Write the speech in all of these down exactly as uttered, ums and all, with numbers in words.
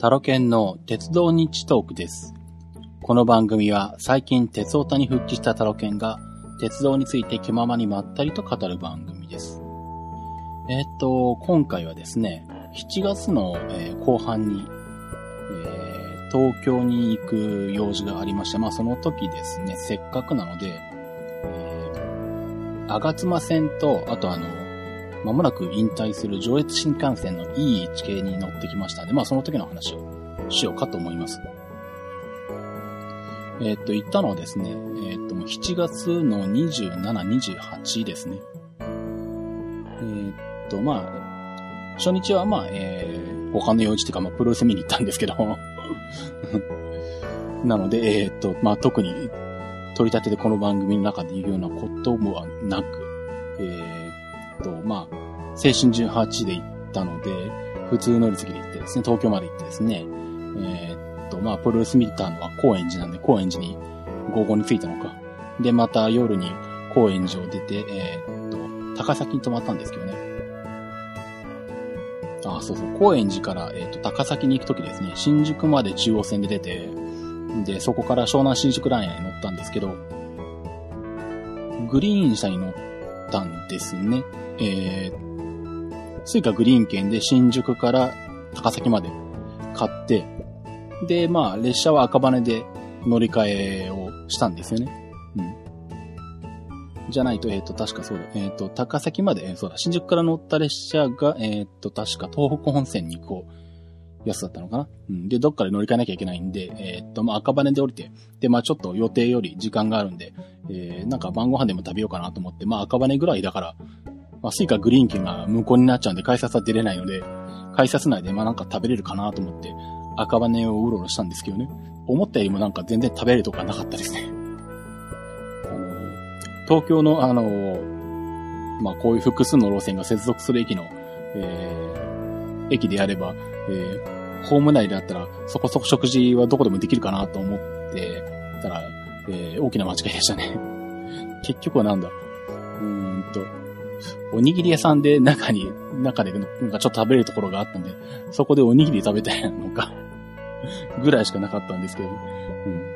タロケンの鉄道日トークです。この番組は最近鉄オタに復帰したタロケンが鉄道について気ままにまったりと語る番組です。えー、っと、今回はですね、しちがつの、えー、後半に、えー、東京に行く用事がありまして、まあその時ですね、せっかくなので、えー、吾妻線と、あとあの、まもなく引退する上越新幹線の イーいち 系に乗ってきましたので、まあその時の話をしようかと思います。えー、っと、行ったのはですね、えー、っと、しちがつのにじゅうしち、にじゅうはちですね。えー、っと、まあ、初日はまあ、えー、他の用事というか、まあ、プロレス見に行ったんですけど、なので、えー、っと、まあ特に取り立てでこの番組の中で言うようなことはなく、えーと、まあ、青春じゅうはちで行ったので、普通乗り継ぎで行ってですね、東京まで行ってですね、えー、っと、まあ、プロレス見たのは高円寺なんで、高円寺に午後に着いたのか。で、また夜に高円寺を出て、えー、っと、高崎に泊まったんですけどね。あ、そうそう、高円寺から、えー、っと、高崎に行くときですね、新宿まで中央線で出て、で、そこから湘南新宿ラインに乗ったんですけど、グリーン車に乗ったんですね。えー、スイカグリーン券で新宿から高崎まで買って、で、まあ、列車は赤羽で乗り換えをしたんですよね。うん。じゃないと、えっと、確かそうだ、えっと、高崎まで、えー、そうだ、新宿から乗った列車が、えっと、確か東北本線に行こうやつだったのかな。うん。で、どっかで乗り換えなきゃいけないんで、えっと、まあ、赤羽で降りて、で、まあ、ちょっと予定より時間があるんで、えー、なんか晩ご飯でも食べようかなと思って、まあ、赤羽ぐらいだから、まあ、スイカグリーン券が無効になっちゃうんで改札は出れないので、改札内でまあなんか食べれるかなと思って赤羽をうろうろしたんですけどね。思ったよりもなんか全然食べれるとこがなかったですね。あの、東京のあの、まあこういう複数の路線が接続する駅の、えー、駅であれば、えー、ホーム内であったらそこそこ食事はどこでもできるかなと思ってたら、えー、大きな間違いでしたね。結局はなんだ。うーんと、おにぎり屋さんで中に、中でなんかちょっと食べれるところがあったんで、そこでおにぎり食べたいのか、ぐらいしかなかったんですけど、うん、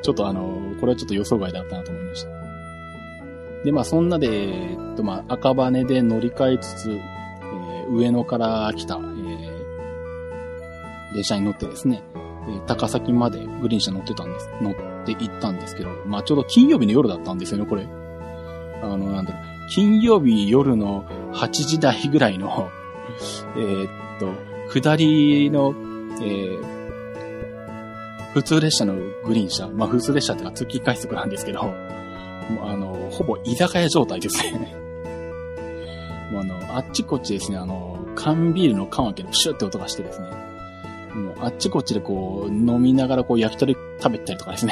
ちょっとあの、これはちょっと予想外だったなと思いました。で、まあそんなで、えっとまあ赤羽で乗り換えつつ、えー、上野から来た、えー、列車に乗ってですね、えー、高崎までグリーン車乗ってたんです、乗って行ったんですけど、まあちょうど金曜日の夜だったんですよね、これ。あの、なんだろう。金曜日夜のはちじ台ぐらいの、えー、っと、下りの、えー、普通列車のグリーン車。まあ、普通列車ってのは通勤快速なんですけど、もうあの、ほぼ居酒屋状態ですね。もうあの、あっちこっちですね、あの、缶ビールの缶開けのプシュって音がしてですね、もうあっちこっちでこう、飲みながらこう、焼き鳥食べたりとかですね。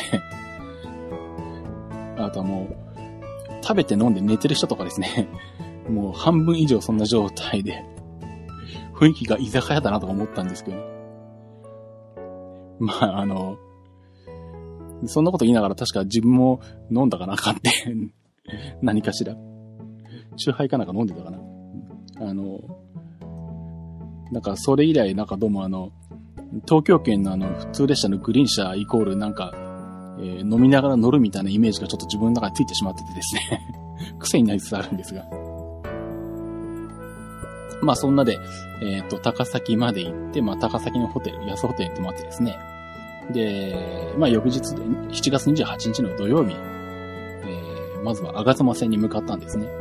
あとはもう、食べて飲んで寝てる人とかですね、もう半分以上そんな状態で、雰囲気が居酒屋だなとか思ったんですけど、ね、まああの、そんなこと言いながら確か自分も飲んだかなあかんって、何かしら。チューハイかなんか飲んでたかな。あの、なんかそれ以来なんかどうもあの、東京圏のあの普通列車のグリーン車イコールなんか、えー、飲みながら乗るみたいなイメージがちょっと自分の中についてしまっててですね癖になりつつあるんですが、まあそんなで、えっと高崎まで行って、まあ高崎のホテル、安ホテルに泊まってですね、で、まあ翌日でしちがつにじゅうはちにちの土曜日、えー、まずは吾妻線に向かったんですね。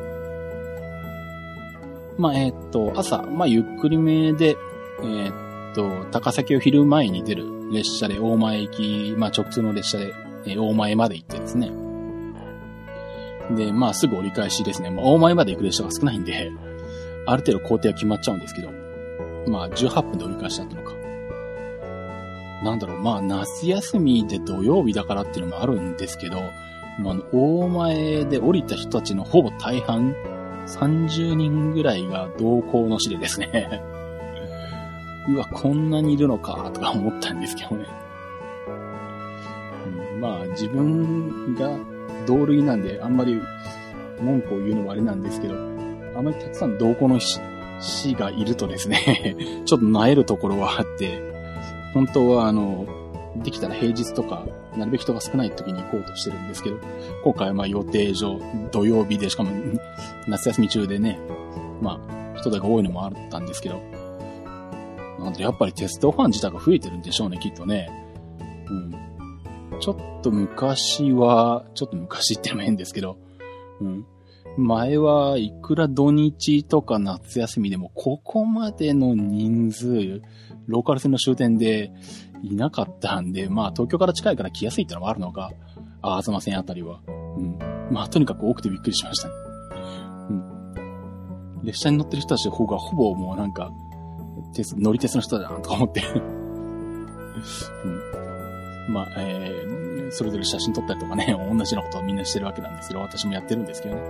まあえっと朝、まあゆっくりめで、えっと高崎を昼前に出る列車で大前駅、まあ直通の列車で大前まで行ってですね。で、まあすぐ折り返しですね。まあ、大前まで行く列車が少ないんで、ある程度工程は決まっちゃうんですけど、まあじゅうはっぷんで折り返しだったのか。なんだろう、まあ夏休みで土曜日だからっていうのもあるんですけど、まあ、大前で降りた人たちのほぼ大半、さんじゅうにんぐらいが同行の死でですね。うわ、こんなにいるのか、とか思ったんですけどね。うん、まあ、自分が同類なんで、あんまり文句を言うのもあれなんですけど、あまりたくさん同行の死がいるとですね、ちょっと萎えるところはあって、 本当はあの、できたら平日とか、なるべく人が少ない時に行こうとしてるんですけど、今回はまあ予定上、土曜日で、しかも夏休み中でね、まあ、人手が多いのもあったんですけど、なんでやっぱり鉄道ファン自体が増えてるんでしょうね、きっとね。うん。ちょっと昔は、ちょっと昔ってのも変ですけど、うん。前はいくら土日とか夏休みでもここまでの人数、ローカル線の終点でいなかったんで、まあ東京から近いから来やすいってのもあるのか、あずま線あたりは。うん。まあとにかく多くてびっくりしましたね。うん。列車に乗ってる人たちの方がほぼもうなんか、鉄乗り鉄の人だなとか思って。うん。まあ、えー、それぞれ写真撮ったりとかね、同じようなことをみんなしてるわけなんですけど、私もやってるんですけどね。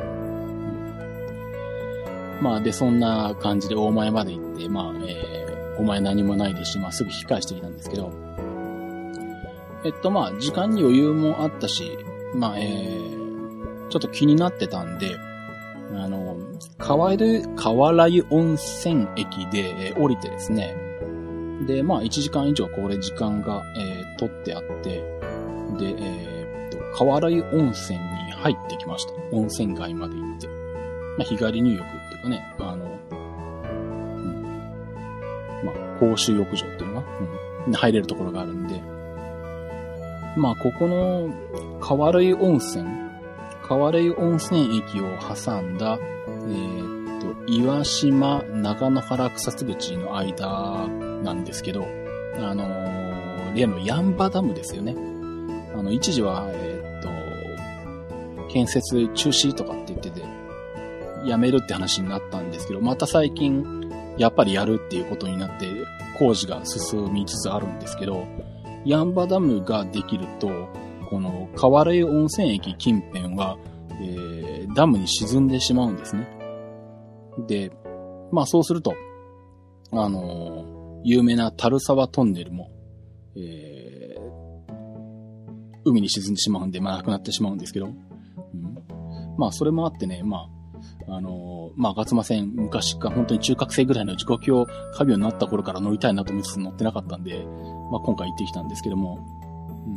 まあ、で、そんな感じで大前まで行って、まあ、えー、大前何もないですし、まあ、すぐ引き返してきたんですけど、えっと、まあ、時間に余裕もあったし、まあ、えー、ちょっと気になってたんで、あの、河原、河原湯温泉駅で、えー、降りてですね、で、まあ、いちじかん以上これ時間が、えー、取ってあって、で、えー、っと、河原湯温泉に入ってきました。温泉街まで行って。まあ、日帰り入浴っていうかね、あの、うん、まあ、公衆浴場っていうのが、うん、入れるところがあるんで、まあ、ここの河原湯温泉、河原湯温泉駅を挟んだ、えー、っと、岩島長野原草津口の間なんですけど、あのー、例のヤンバダムですよね。あの、一時は、えー、っと、建設中止とかって言ってて、やめるって話になったんですけど、また最近、やっぱりやるっていうことになって、工事が進みつつあるんですけど、ヤンバダムができると、この河原湯温泉駅近辺は、えー、ダムに沈んでしまうんですね。で、まあそうすると、あのー、有名な樽沢トンネルも、えー、海に沈んでしまうんで、まあなくなってしまうんですけど、うん、まあそれもあってね、まあ、あのー、まあ吾妻線、昔から本当に中学生ぐらいの時刻表過病になった頃から乗りたいなと思いつつ乗ってなかったんで、まあ今回行ってきたんですけども、うん、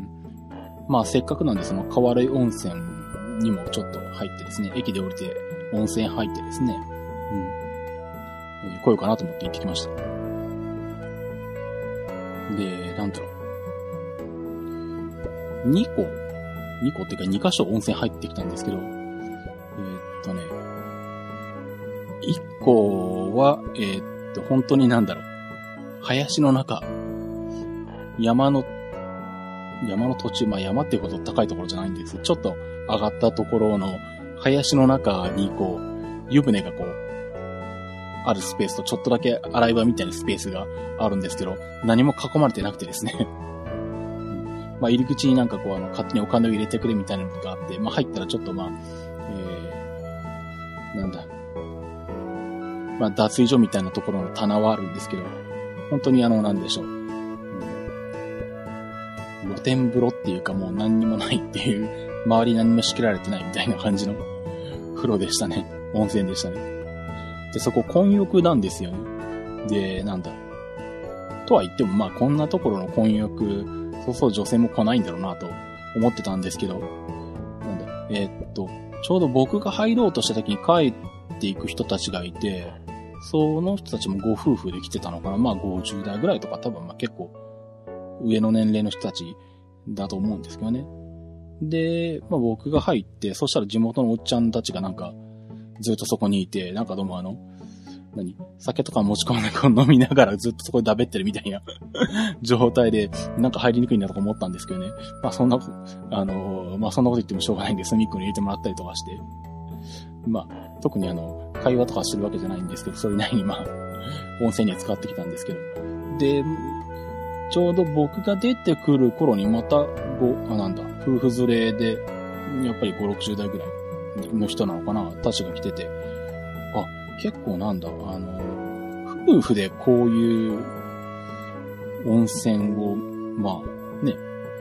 まあせっかくなんでその河原湯温泉にもちょっと入ってですね、駅で降りて温泉入ってですね、うん、えー、来ようかなと思って行ってきました。で、なんだろう。にこ、にこっていうかにか所温泉入ってきたんですけど、えー、っとね、いっこは、えー、っと、本当になんだろう。林の中、山の、山の途中、まあ山っていうこと高いところじゃないんですけど、ちょっと上がったところの林の中にこう、湯船がこう、あるスペースとちょっとだけ洗い場みたいなスペースがあるんですけど、何も囲まれてなくてですね。まあ入り口になんかこうあの勝手にお金を入れてくれみたいなのがあって、まあ入ったらちょっとまあ、えー、なんだ。まあ脱衣所みたいなところの棚はあるんですけど、本当にあのなんでしょう。うん、露天風呂っていうかもう何にもないっていう、周り何も仕切られてないみたいな感じの風呂でしたね。温泉でしたね。で、そこ混浴なんですよね。で、なんだ。とは言っても、まあこんなところの混浴、そうそう女性も来ないんだろうなと思ってたんですけど、なんだ。えー、っと、ちょうど僕が入ろうとした時に帰っていく人たちがいて、その人たちもご夫婦で来てたのかな。まあごじゅう代ぐらいとか多分まあ結構上の年齢の人たちだと思うんですけどね。で、まあ僕が入って、そしたら地元のおっちゃんたちがなんか、ずっとそこにいて、なんかどうもあの、何酒とか持ち込んでこう飲みながらずっとそこでだべってるみたいな状態で、なんか入りにくいなとか思ったんですけどね。まあそんな、あの、まあそんなこと言ってもしょうがないんで、隅っこに入れてもらったりとかして。まあ、特にあの、会話とかするわけじゃないんですけど、それなりにまあ、温泉には使ってきたんですけど。で、ちょうど僕が出てくる頃にまた、ご、あ、なんだ、夫婦連れで、やっぱりご、ろくじゅう代ぐらいの人なのかな、たちが来てて、あ、結構なんだ、あの、夫婦でこういう温泉を、まあ、ね、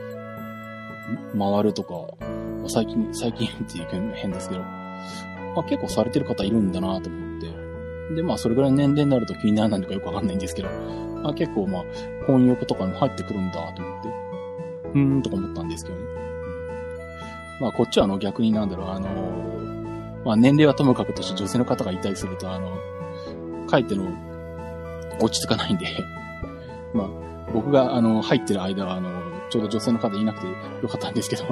回るとか、最近、最近っていう変ですけど、あ、結構されてる方いるんだなと思って、 で、まあ、それぐらいの年齢になると気にならないのかよくわかんないんですけど、まあ、結構まあ、混浴とかにも入ってくるんだと思って、うーんとか思ったんですけどね。まあ、こっちはあの逆になんだろう、あの、まあ、年齢はともかくとして女性の方がいたりすると、あの、書いての落ち着かないんで、まあ、僕があの、入ってる間はあの、ちょうど女性の方いなくてよかったんですけど、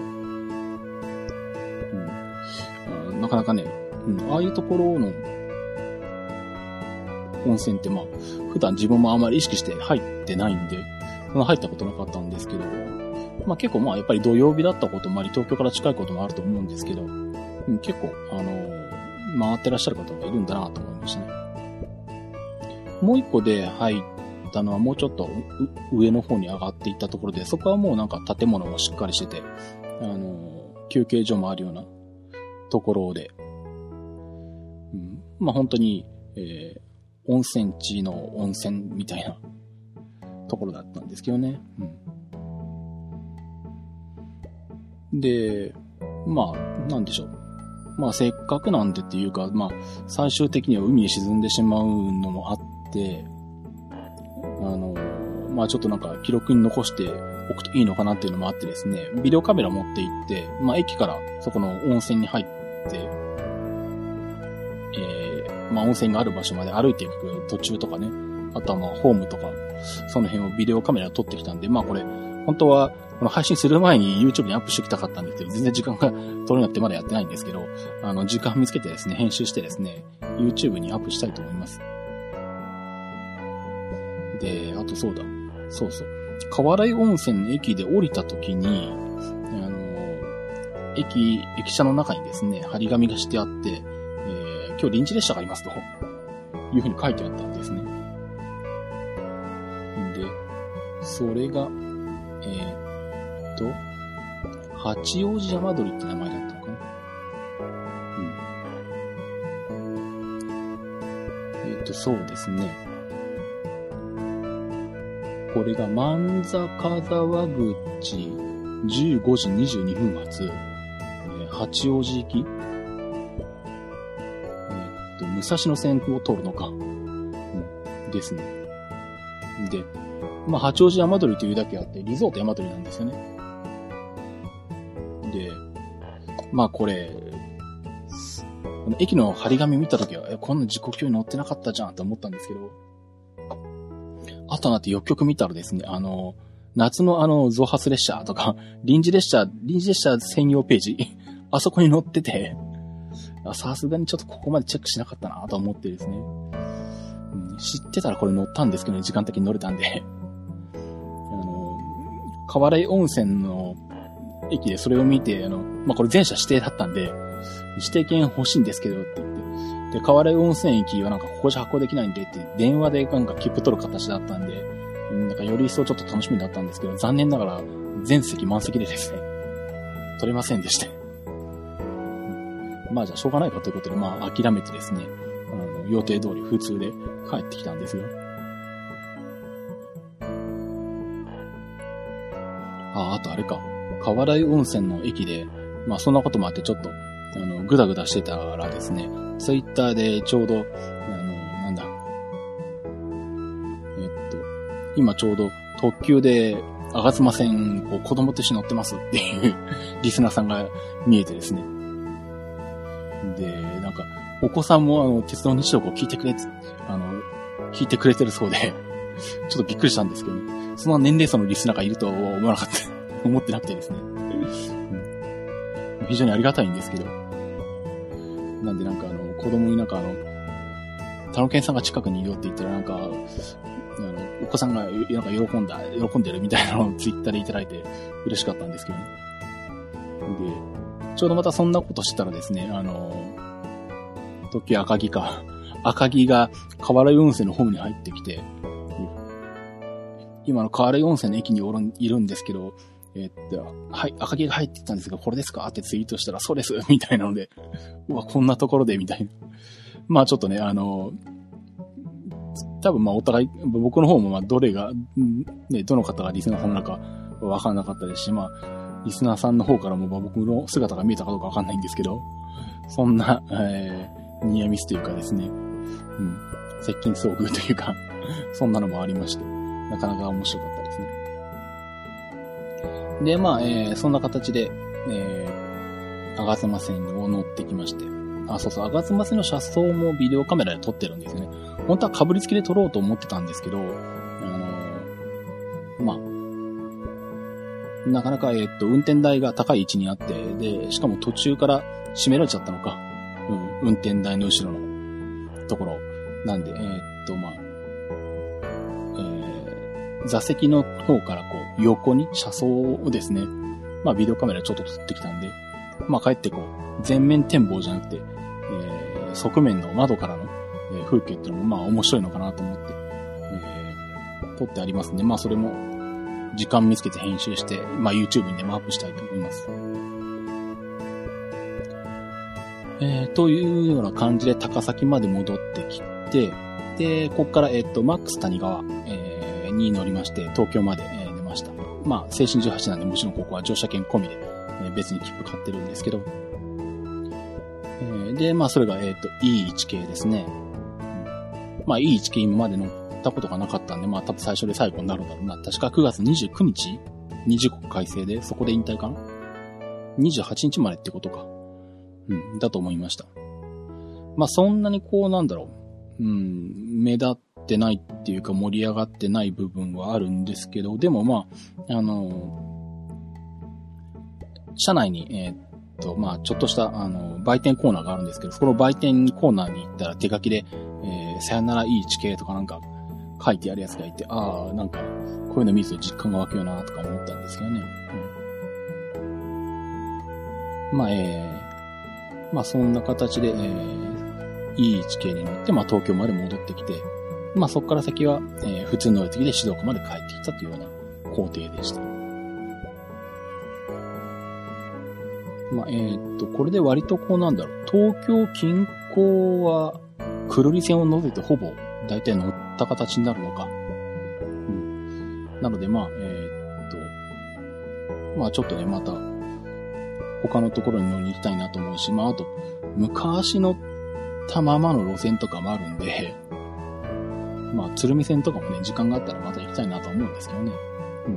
うん、なかなかね、うん、ああいうところの温泉ってまあ、普段自分もあまり意識して入ってないんで、その入ったことなかったんですけど、まあ結構まあやっぱり土曜日だったこともあり、東京から近いこともあると思うんですけど、うん、結構あのー、回ってらっしゃる方がいるんだなと思いましたね。もう一個で入ったのはもうちょっと上の方に上がっていったところで、そこはもうなんか建物もしっかりしてて、あのー、休憩所もあるようなところで、うん、まあ本当に、えー、温泉地の温泉みたいなところだったんですけどね。うん、で、まあ、なんでしょう。まあ、せっかくなんでっていうか、まあ、最終的には海へ沈んでしまうのもあって、あの、まあちょっとなんか記録に残しておくといいのかなっていうのもあってですね、ビデオカメラ持って行って、まあ駅からそこの温泉に入って、えー、まあ温泉がある場所まで歩いていく途中とかね、あとはまあホームとか、その辺をビデオカメラで撮ってきたんで、まあこれ、本当はこの配信する前に YouTube にアップしてきたかったんですけど、全然時間が取れなくてまだやってないんですけど、あの、時間見つけてですね、編集してですね、YouTube にアップしたいと思います。で、あとそうだ。そうそう。河原井温泉の駅で降りた時に、あの、駅、駅舎の中にですね、張り紙がしてあって、えー、今日臨時列車がありますと、いうふうに書いてあったんですね。で、それが、えー、っと、八王子山鳥って名前だったのかな。うん。えー、っと、そうですね。これが万坂沢口じゅうごじにじゅうにふん発、えー、八王子行き、えー、っと、武蔵野線を通るのか、うん、ですね。で、まあ、八王子山鳥というだけあって、リゾート山鳥なんですよね。で、まあこれ、この駅の張り紙見たときは、え、こんな時刻表に載ってなかったじゃんと思ったんですけど、あとなってよくよく見たらですね、あの、夏のあの、増発列車とか、臨時列車、臨時列車専用ページ、あそこに載ってて、さすがにちょっとここまでチェックしなかったなと思ってですね、うん。知ってたらこれ乗ったんですけどね、時間的に乗れたんで。あの、河原井温泉の駅でそれを見て、あの、まあ、これ全車指定だったんで、指定券欲しいんですけどって言って、で、河原井温泉駅はなんかここじゃ発行できないんでって、電話でなんか切符取る形だったんで、なんかより一層ちょっと楽しみだったんですけど、残念ながら全席満席でですね、取れませんでして。まあじゃあしょうがないかということで、まあ諦めてですね、あの予定通り普通で帰ってきたんですよ。あ、あとあれか。河原井温泉の駅で、まあそんなこともあってちょっと、あの、ぐだぐだしてたらですね、ツイッターでちょうど、あの、なんだ、えっと、今ちょうど特急で、吾妻線を子供と一緒に乗ってますっていうリスナーさんが見えてですね。で、なんか、お子さんもあの、鉄道日常を聞いてくれ、あの、聞いてくれてるそうで、ちょっとびっくりしたんですけどね。その年齢層のリスナーがいるとは思わなかった、思ってなくてですね。うん、非常にありがたいんですけど。なんでなんかあの、子供になんかあの、タノケンさんが近くにいるよって言ったらなんか、あの、お子さんがなんか喜んだ、喜んでるみたいなのをツイッターでいただいて嬉しかったんですけどね。で、ちょうどまたそんなことしたらですね、あの、時赤城か、赤城が河原井温泉のホームに入ってきて、今の河原井温泉の駅にいるんですけど、えー、っと、はい、赤城が入ってきたんですが、これですかってツイートしたら、そうです、みたいなので、うわ、こんなところで、みたいな。まあちょっとね、あの、多分まあお互い、僕の方もまあどれが、ね、どの方がリスナーさんなのかわからなかったですし、まあ、リスナーさんの方からも僕の姿が見えたかどうかわかんないんですけど、そんな、えー、ニアミスというかですね、 うん、接近遭遇というか、そんなのもありまして、なかなか面白かったですね。で、まあ、えー、そんな形で、えー、吾妻線を乗ってきまして、あ、そうそう、吾妻線の車窓もビデオカメラで撮ってるんですよね。本当は被り付きで撮ろうと思ってたんですけど、あのー、まあ、なかなか、えっと、運転台が高い位置にあって、で、しかも途中から閉められちゃったのか、うん、運転台の後ろのところ。なんで、えー、っと、まあ、えー、座席の方からこう、横に車窓をですね、まあ、ビデオカメラちょっと撮ってきたんで、まあ、帰ってこう、全面展望じゃなくて、えー、側面の窓からの、えー、風景っていうのも、まあ、面白いのかなと思って、えー、撮ってありますんで、まあ、それも、時間見つけて編集して、まあ、YouTube にでもアップしたいと思います。えー、というような感じで高崎まで戻ってきて、で、ここから、えっと、マックス谷川、えー、に乗りまして、東京まで、えー、出ました。まあ、青春じゅうはちなんで、もちろんここは乗車券込みで、えー、別に切符買ってるんですけど、えー、で、まあ、それが、えっと、イーワン 系ですね。うん、まあ、イーワン 系今まで乗ったことがなかったんで、まあ、多分最初で最後になるんだろうな。確かくがつにじゅうくにちに時刻改正で、そこで引退かな ?にじゅうはちにちまでってことか。うん、だと思いました。まあ、そんなにこうなんだろう。うん、目立ってないっていうか盛り上がってない部分はあるんですけど、でもまあ、あのー、車内に、えー、っと、まあ、ちょっとした、あの、売店コーナーがあるんですけど、その売店コーナーに行ったら手書きで、えー、さよならいい地形とかなんか書いてあるやつがいて、ああ、なんか、こういうの見ると実感が湧くよなとか思ったんですけどね。うん、まあ、えー、まあ、そんな形で、えー、イーワン 系に乗って、まあ、東京まで戻ってきて、まあ、そこから先は、えー、普通の乗り継ぎで静岡まで帰ってきたというような工程でした。まあ、えー、っと、これで割とこうなんだろう、東京近郊は、久留里線を除いてほぼ、だいたい乗った形になるのか。うん。なので、まあ、えー、っと、まあ、ちょっとね、また、他のところに乗りに行きたいなと思うし、まあ、あと、昔乗ったままの路線とかもあるんで、まあ、鶴見線とかもね、時間があったらまた行きたいなと思うんですけどね。うん。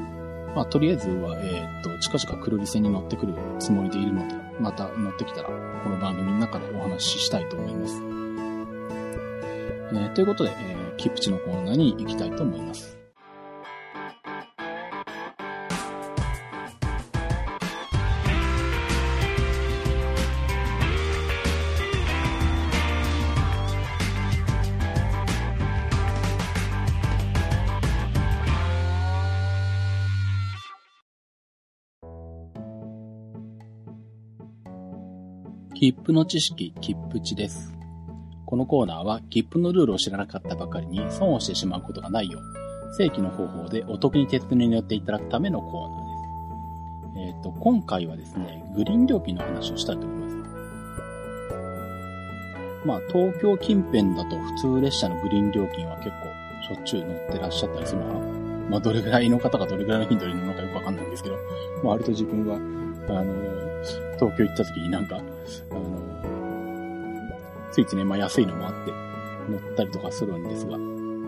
まあ、とりあえずは、えー、っと、近々久留里線に乗ってくるつもりでいるので、また乗ってきたら、この番組の中でお話ししたいと思います。えー、ということで、えー、キプチのコーナーに行きたいと思います。切符の知識、切符値です。このコーナーは切符のルールを知らなかったばかりに損をしてしまうことがないよう、正規の方法でお得に鉄道に乗っていただくためのコーナーです。えっと、今回はですね、グリーン料金の話をしたいと思います。まあ、東京近辺だと普通列車のグリーン料金は結構しょっちゅう乗ってらっしゃったりするのかな。まあ、どれぐらいの方がどれぐらいの頻度で乗るのかよくわかんないんですけど、まあ、割と自分は、あの、東京行った時になんか、あの、ついついね、まあ安いのもあって乗ったりとかするんですが、え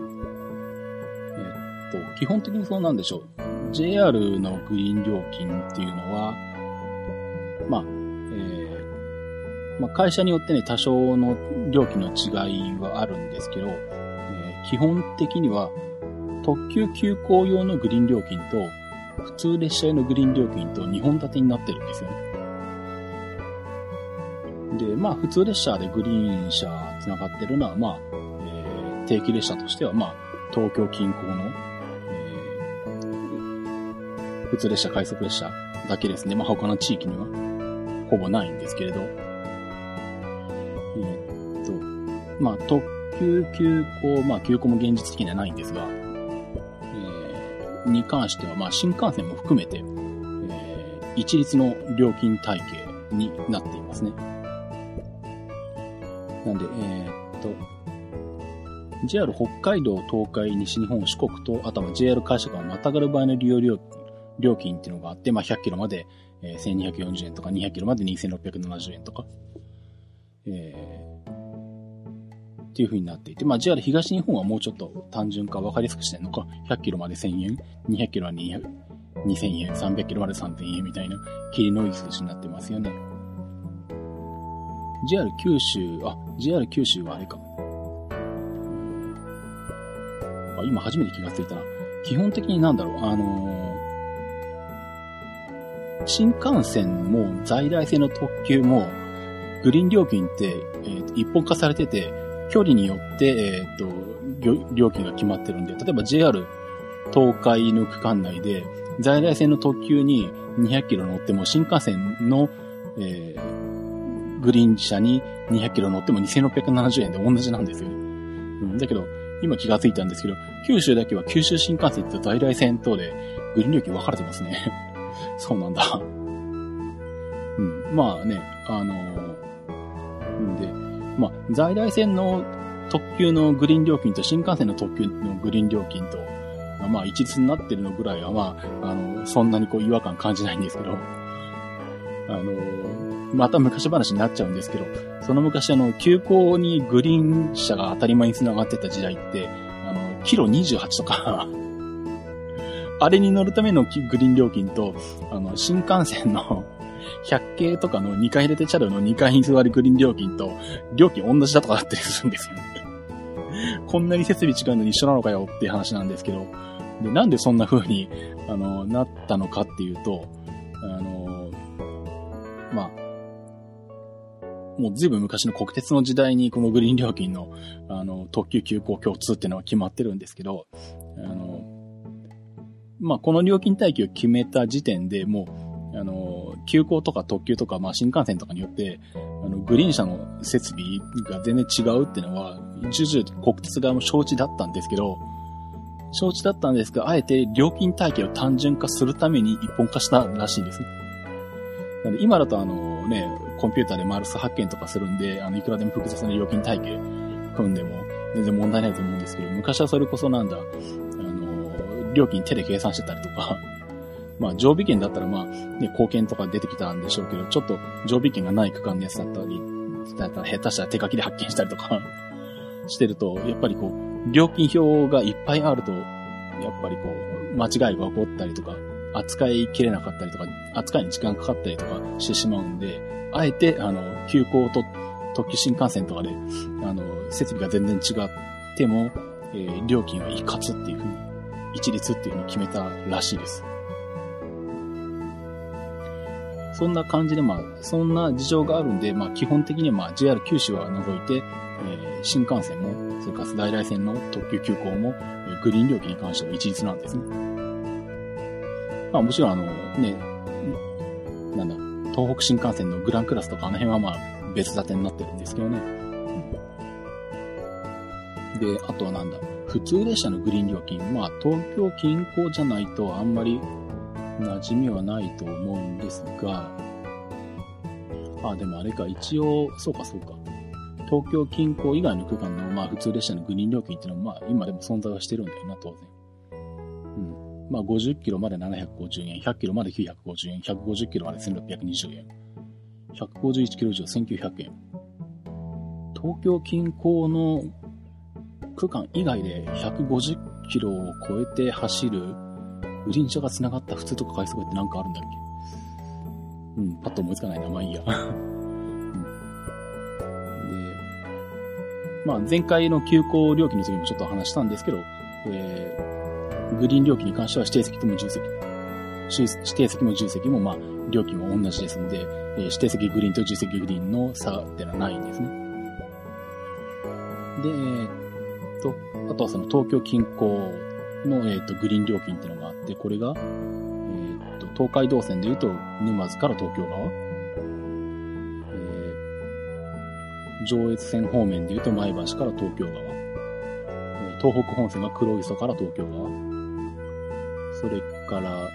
っと、基本的にそうなんでしょう。ジェイアール のグリーン料金っていうのは、まあ、えー、まあ会社によってね、多少の料金の違いはあるんですけど、えー、基本的には特急急行用のグリーン料金と普通列車用のグリーン料金とにほん立てになってるんですよね。で、まあ普通列車でグリーン車繋がってるのは、まあ、えー、定期列車としては、まあ、東京近郊の、えー、普通列車、快速列車だけですね。まあ他の地域にはほぼないんですけれど。えー、っと、まあ特急急行、まあ急行も現実的にはないんですが、えー、に関しては、まあ新幹線も含めて、えー、一律の料金体系になっていますね。なんで、えー、っと、ジェイアール 北海道、東海、西日本、四国と、あとは ジェイアール 会社間をまたがる場合の利用料料金っていうのがあって、まあ、ひゃっキロまで、えー、せんにひゃくよんじゅうえんとか、にひゃっキロまでにせんろっぴゃくななじゅうえんとか、えっていう風になっていて、まあ ジェイアール 東日本はもうちょっと単純化分かりやすくしてるのか、ひゃっキロまでせんえん、にひゃっキロはにせんえん、さんびゃっキロまでさんぜんえんみたいな切りのいい数字になってますよね。ジェイアール 九州、あ、ジェイアール 九州はあれか。あ、今初めて気がついたな。基本的になんだろう、あのー、新幹線も在来線の特急もグリーン料金って、えー、と一本化されてて、距離によって、えっと、料金が決まってるんで、例えば ジェイアール 東海の区間内で、在来線の特急ににひゃっキロ乗っても、新幹線の、えー、グリーン車ににひゃっキロ乗ってもにせんろっぴゃくななじゅうえんで同じなんですよね。うん、だけど、今気がついたんですけど、九州だけは九州新幹線と在来線等でグリーン料金分かれてますね。そうなんだ。うん、まあね、あのー、で、まあ、在来線の特急のグリーン料金と新幹線の特急のグリーン料金と、まあ、一律になってるのぐらいは、まあ、あの、そんなにこう違和感感じないんですけど、あの、また昔話になっちゃうんですけど、その昔あの、急行にグリーン車が当たり前に繋がってた時代って、あの、キロにじゅうはちとか、あれに乗るためのグリーン料金と、あの、新幹線の、ひゃっ系とかのにかい建て車両のにかいに座りグリーン料金と料金同じだとかだったりするんですよね。こんなに設備違うのに一緒なのかよっていう話なんですけど、でなんでそんな風にあのなったのかっていうと、あのまあもうずいぶん昔の国鉄の時代にこのグリーン料金のあの特急急行共通っていうのは決まってるんですけど、あのまあこの料金体系を決めた時点でもうあの、急行とか特急とか、まあ新幹線とかによって、あの、グリーン車の設備が全然違うっていうのは、重々国鉄側も承知だったんですけど、承知だったんですが、あえて料金体系を単純化するために一本化したらしいんです。なので今だとあのね、コンピューターでマルス発見とかするんで、あの、いくらでも複雑な料金体系組んでも全然問題ないと思うんですけど、昔はそれこそなんだ、あの、料金手で計算してたりとか、まあ、常備券だったらまあ、ね、貢献とか出てきたんでしょうけど、ちょっと常備券がない区間のやつだったり、だったら下手したら手書きで発見したりとかしてると、やっぱりこう、料金表がいっぱいあると、やっぱりこう、間違いが起こったりとか、扱いきれなかったりとか、扱いに時間かかったりとかしてしまうんで、あえて、あの、急行と特急新幹線とかで、あの、設備が全然違っても、えー、料金は一括っていうふうに、一律っていうふうに決めたらしいです。そんな感じで、まあ、そんな事情があるんで、まあ、基本的には、まあ、ジェイアール 九州は除いて、えー、新幹線も、それから在来線の特急急行も、えー、グリーン料金に関しては一律なんですね。まあ、もちろん、あの、ね、なんだ、東北新幹線のグランクラスとか、あの辺はまあ、別建てになってるんですけどね。で、あとはなんだ、普通列車のグリーン料金、まあ、東京近郊じゃないと、あんまり、馴染みはないと思うんですが、あ、でもあれか、一応、そうかそうか。東京近郊以外の区間の、まあ普通列車のグリーン料金っていうのは、まあ今でも存在はしてるんだよな、当然。うん。まあごじゅっキロまでななひゃくごじゅうえん、ひゃっキロまできゅうひゃくごじゅうえん、ひゃくごじゅっキロまでせんろっぴゃくにじゅうえん、ひゃくごじゅういちキロ以上せんきゅうひゃくえん。東京近郊の区間以外でひゃくごじゅっキロを超えて走るグリーン車が繋がった普通とか快速ってなんかあるんだっけ？うん、パッと思いつかないな。まあいいや。うん、で、まあ前回の急行料金の時もちょっと話したんですけど、えー、グリーン料金に関しては指定席とも自由席。指定席も自由席もまあ料金は同じですので、えー、指定席グリーンと自由席グリーンの差ってのはないんですね。で、えー、っと、あとはその東京近郊の、えー、とグリーン料金っていうのがあって、これが、えー、と東海道線でいうと沼津から東京側、えー、上越線方面でいうと前橋から東京側、えー、東北本線が黒磯から東京側、それから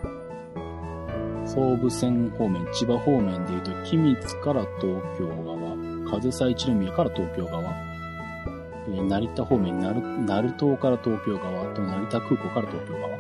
総武線方面、千葉方面でいうと君津から東京側、上総一宮から東京側、成田方面、鳴門から東京側と成田空港から東京側。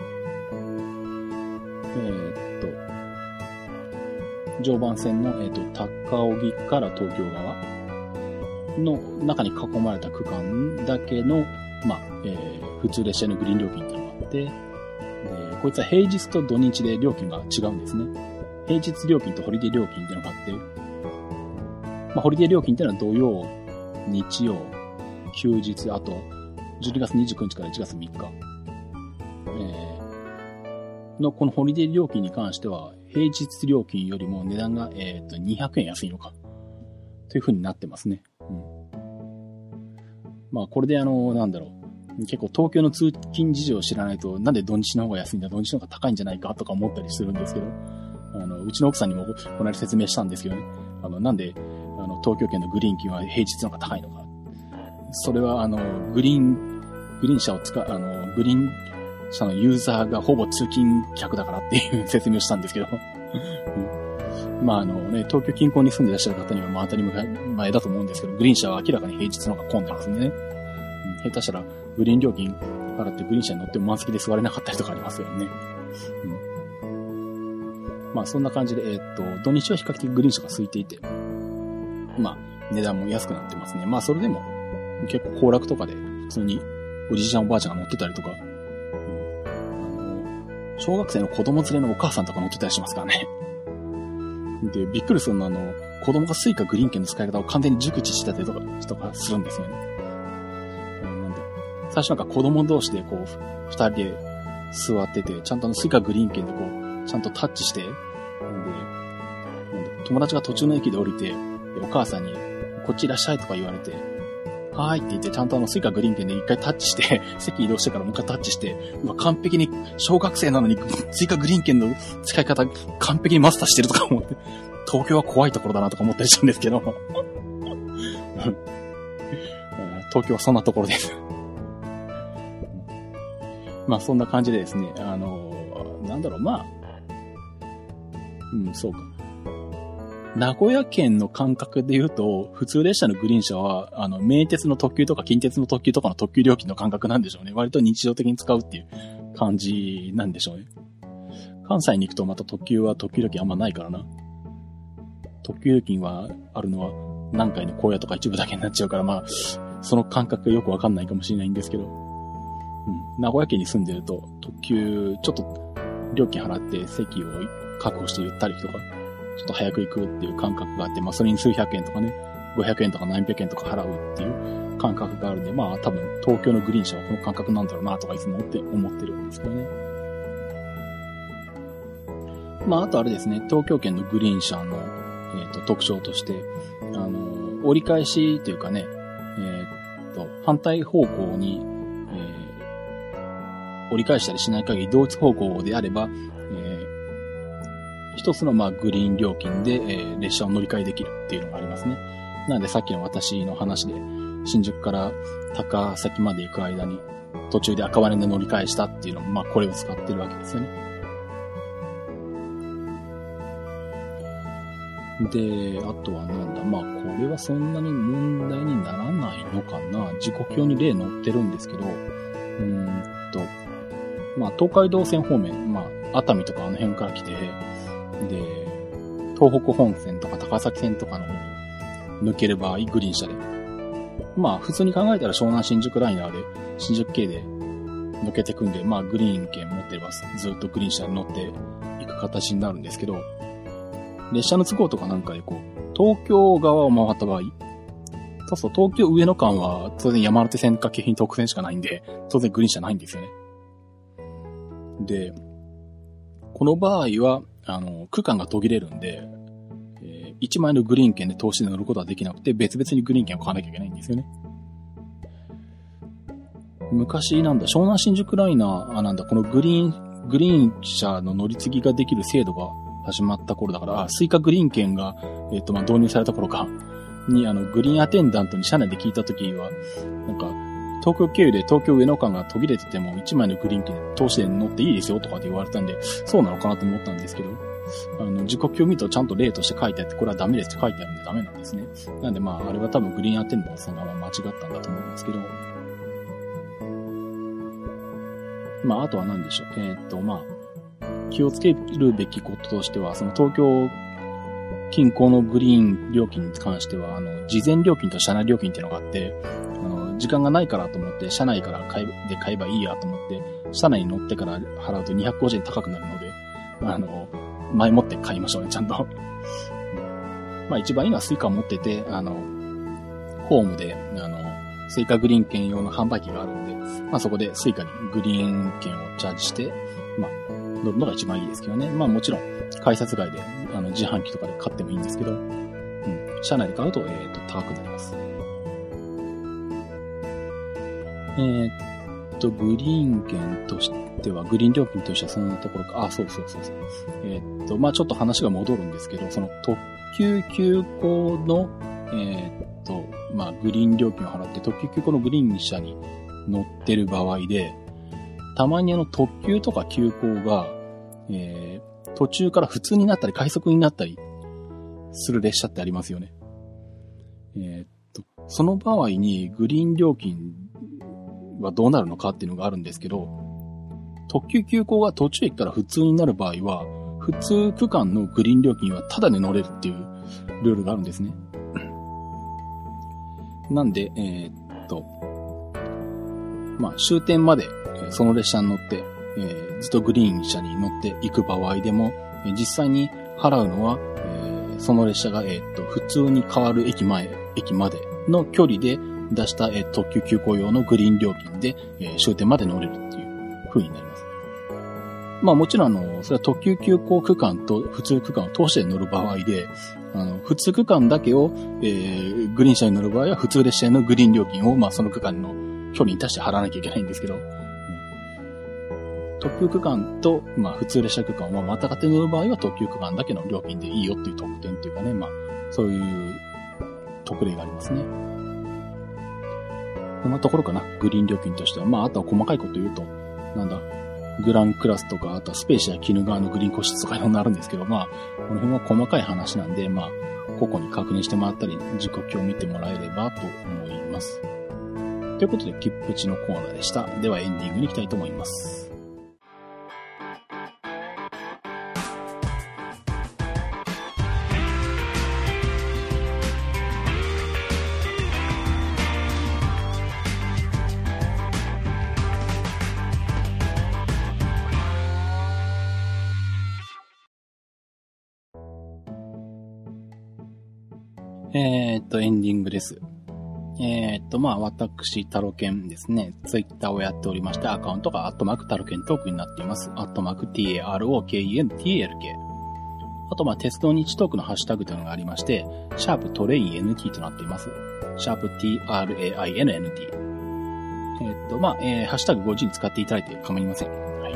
えー、っと、常磐線の、えー、っと、高荻から東京側。 の中に囲まれた区間だけの、まあ、えー、普通列車のグリーン料金っていうのがあって、で、こいつは平日と土日で料金が違うんですね。平日料金とホリデー料金っていうのがあって、まあ、ホリデー料金っていうのは土曜、日曜、休日、あと、じゅうにがつにじゅうくにちからいちがつみっか、えー、のこのホリデー料金に関しては、平日料金よりも値段が、えっと、にひゃくえん安いのか。という風になってますね。うん。まあ、これであの、なんだろう。結構東京の通勤事情を知らないと、なんで土日の方が安いんだ、土日の方が高いんじゃないかとか思ったりするんですけど、あの、うちの奥さんにもこの間説明したんですけどね。あの、なんで、あの、東京圏のグリーン金は平日の方が高いのか。それはあの、グリーン、グリーン車を使う、あの、グリーン車のユーザーがほぼ通勤客だからっていう説明をしたんですけど、うん、まああのね、東京近郊に住んでいらっしゃる方にはまあ当たり前だと思うんですけど、グリーン車は明らかに平日の方が混んでますんでね。うん、下手したらグリーン料金払ってグリーン車に乗っても満席で座れなかったりとかありますよね。うん、まあそんな感じで、えー、っと、土日は比較的グリーン車が空いていて、まあ値段も安くなってますね。まあそれでも結構行楽とかで普通におじいちゃんおばあちゃんが乗ってたりとか、うん、あの小学生の子供連れのお母さんとか乗ってたりしますからね。で、びっくりするのはあの、子供がスイカグリーン券の使い方を完全に熟知したりとか、とかするんですよね。なんで最初なんか子供同士でこう、二人で座ってて、ちゃんとあのスイカグリーン券でこう、ちゃんとタッチして、で、友達が途中の駅で降りて、お母さんに、こっちいらっしゃいとか言われて、はーいって言って、ちゃんとあのスイカグリーン券で一回タッチして、席移動してからもう一回タッチして、うわ、完璧に、小学生なのにスイカグリーン券の使い方完璧にマスターしてるとか思って、東京は怖いところだなとか思ったりしたんですけど、東京はそんなところです。まあそんな感じでですね、あの、なんだろう、まあ、うん、そうか。名古屋県の感覚で言うと、普通列車のグリーン車は、あの、名鉄の特急とか近鉄の特急とかの特急料金の感覚なんでしょうね。割と日常的に使うっていう感じなんでしょうね。関西に行くとまた特急は特急料金あんまないからな。特急料金はあるのは南海の荒野とか一部だけになっちゃうから、まあ、その感覚がよくわかんないかもしれないんですけど、うん、名古屋県に住んでると特急、ちょっと料金払って席を確保してゆったりとか、ちょっと早く行くっていう感覚があって、まあそれに数百円とかね、ごひゃくえんとか何百円とか払うっていう感覚があるんで、まあ多分東京のグリーン車はこの感覚なんだろうなとかいつも思って、思ってるんですけどね。まああとあれですね、東京圏のグリーン車の、えー、と特徴として、あの、折り返しというかね、えー、と、反対方向に、えー、折り返したりしない限り同一方向であれば、一つのまあグリーン料金で、えー、列車を乗り換えできるっていうのがありますね。なのでさっきの私の話で新宿から高崎まで行く間に途中で赤羽で乗り換えしたっていうのもまあこれを使ってるわけですよね。で、あとはなんだ、まあこれはそんなに問題にならないのかな。時刻表に例載ってるんですけど、うーんと、まあ東海道線方面、まあ熱海とかあの辺から来て、で、東北本線とか高崎線とかの方に抜ける場合、グリーン車で。まあ、普通に考えたら湘南新宿ライナーで、新宿系で抜けてくんで、まあ、グリーン券持ってればずっとグリーン車に乗っていく形になるんですけど、列車の都合とかなんかでこう、東京側を回った場合、そうそう、東京上野間は当然山手線か京浜東北線しかないんで、当然グリーン車ないんですよね。で、この場合は、あの、区間が途切れるんで、えー、いちまいのグリーン券で投資で乗ることはできなくて、別々にグリーン券を買わなきゃいけないんですよね。昔なんだ、湘南新宿ライナー、あ、なんだ、このグリーン、グリーン車の乗り継ぎができる制度が始まった頃だから、あ、スイカグリーン券が、えっと、まあ、導入された頃か、に、あの、グリーンアテンダントに車内で聞いたときは、なんか、東京経由で東京上野間が途切れててもいちまいのグリーン券で投資で乗っていいですよとかって言われたんで、そうなのかなと思ったんですけど、あの、時刻表を見るとちゃんと例として書いてあって、これはダメですって書いてあるんでダメなんですね。なんでまあ、あれは多分グリーンアテンダントさんが間違ったんだと思うんですけど、まあ、あとは何でしょう。えー、っと、まあ、気をつけるべきこととしては、その東京近郊のグリーン料金に関しては、あの、事前料金と車内料金っていうのがあって、あの、時間がないからと思って、車内から買いで買えばいいやと思って、車内に乗ってから払うとにひゃくごじゅうえん高くなるので、あの、前もって買いましょうね、ちゃんと。まあ一番いいのはスイカを持ってて、あの、ホームで、あの、スイカグリーン券用の販売機があるので、まあそこでスイカにグリーン券をチャージして、まあ、乗るのが一番いいですけどね。まあもちろん、改札外で、あの、自販機とかで買ってもいいんですけど、うん、車内で買うと、えっと、高くなります。えー、っと、グリーン券としては、グリーン料金としてはそんなところか、あ、そうそうそうそう。えー、っと、まあちょっと話が戻るんですけど、その特急急行の、えー、っと、まあグリーン料金を払って特急急行のグリーン車に乗ってる場合で、たまにあの特急とか急行が、えー、途中から普通になったり快速になったりする列車ってありますよね。えー、っと、その場合にグリーン料金はどうなるのかっていうのがあるんですけど、特急急行が途中駅から普通になる場合は、普通区間のグリーン料金はタダで乗れるっていうルールがあるんですね。なんで、えー、っと、まあ終点までその列車に乗って、えー、ずっとグリーン車に乗っていく場合でも、えー、実際に払うのは、えー、その列車が、えー、っと普通に変わる駅前、駅までの距離で出した、えー、特急急行用のグリーン料金で、えー、終点まで乗れるっていう風になります。まあもちろんあの、それは特急急行区間と普通区間を通して乗る場合で、あの、普通区間だけを、えー、グリーン車に乗る場合は普通列車のグリーン料金を、まあその区間の距離に対して払わなきゃいけないんですけど、うん、特急区間と、まあ普通列車区間はまたがって乗る場合は特急区間だけの料金でいいよっていう特典っていうかね、まあそういう特例がありますね。こんなところかな、グリーン料金としては。まああとは細かいこと言うと、なんだ、グランクラスとか、あとはスペーシア、鬼怒川のグリーン個室とかいろんなあるんですけど、まあ、この辺は細かい話なんで、まあ、個々に確認してもらったり、時刻を見てもらえればと思います。ということで、切符地のコーナーでした。ではエンディングに行きたいと思います。えーっと、エンディングです。えーっと、まあ、私、タロケンですね、ツイッターをやっておりまして、アカウントがアットマークタロケントークになっています。アットマーク ティーエーアールオーケーイーエヌティーエルケー。あと、まあ、鉄道日トークのハッシュタグというのがありまして、シャープトレイン エヌティー となっています。シャープ ティーアールエーアイエヌエヌティー。えーっと、まあ、えー、ハッシュタグご自由に使っていただいて構いません。はい。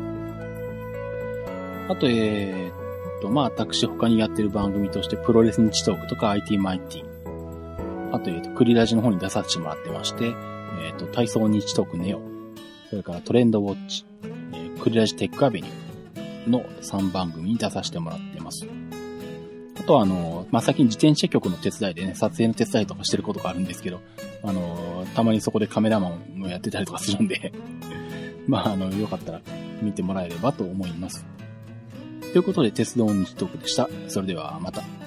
あと、えー、と、まあ、私他にやってる番組として、プロレス日トークとか アイティー マイティ。あと、えっと、クリラジの方に出させてもらってまして、えっと、体操日トークネオ。それからトレンドウォッチ、えー、クリラジテックアベニューのさんばん組に出させてもらってます。あとは、あの、まあ、最近自転車局の手伝いでね、撮影の手伝いとかしてることがあるんですけど、あの、たまにそこでカメラマンをやってたりとかするんで、まあ、あの、よかったら見てもらえればと思います。ということで、鉄道日トークでした。それではまた。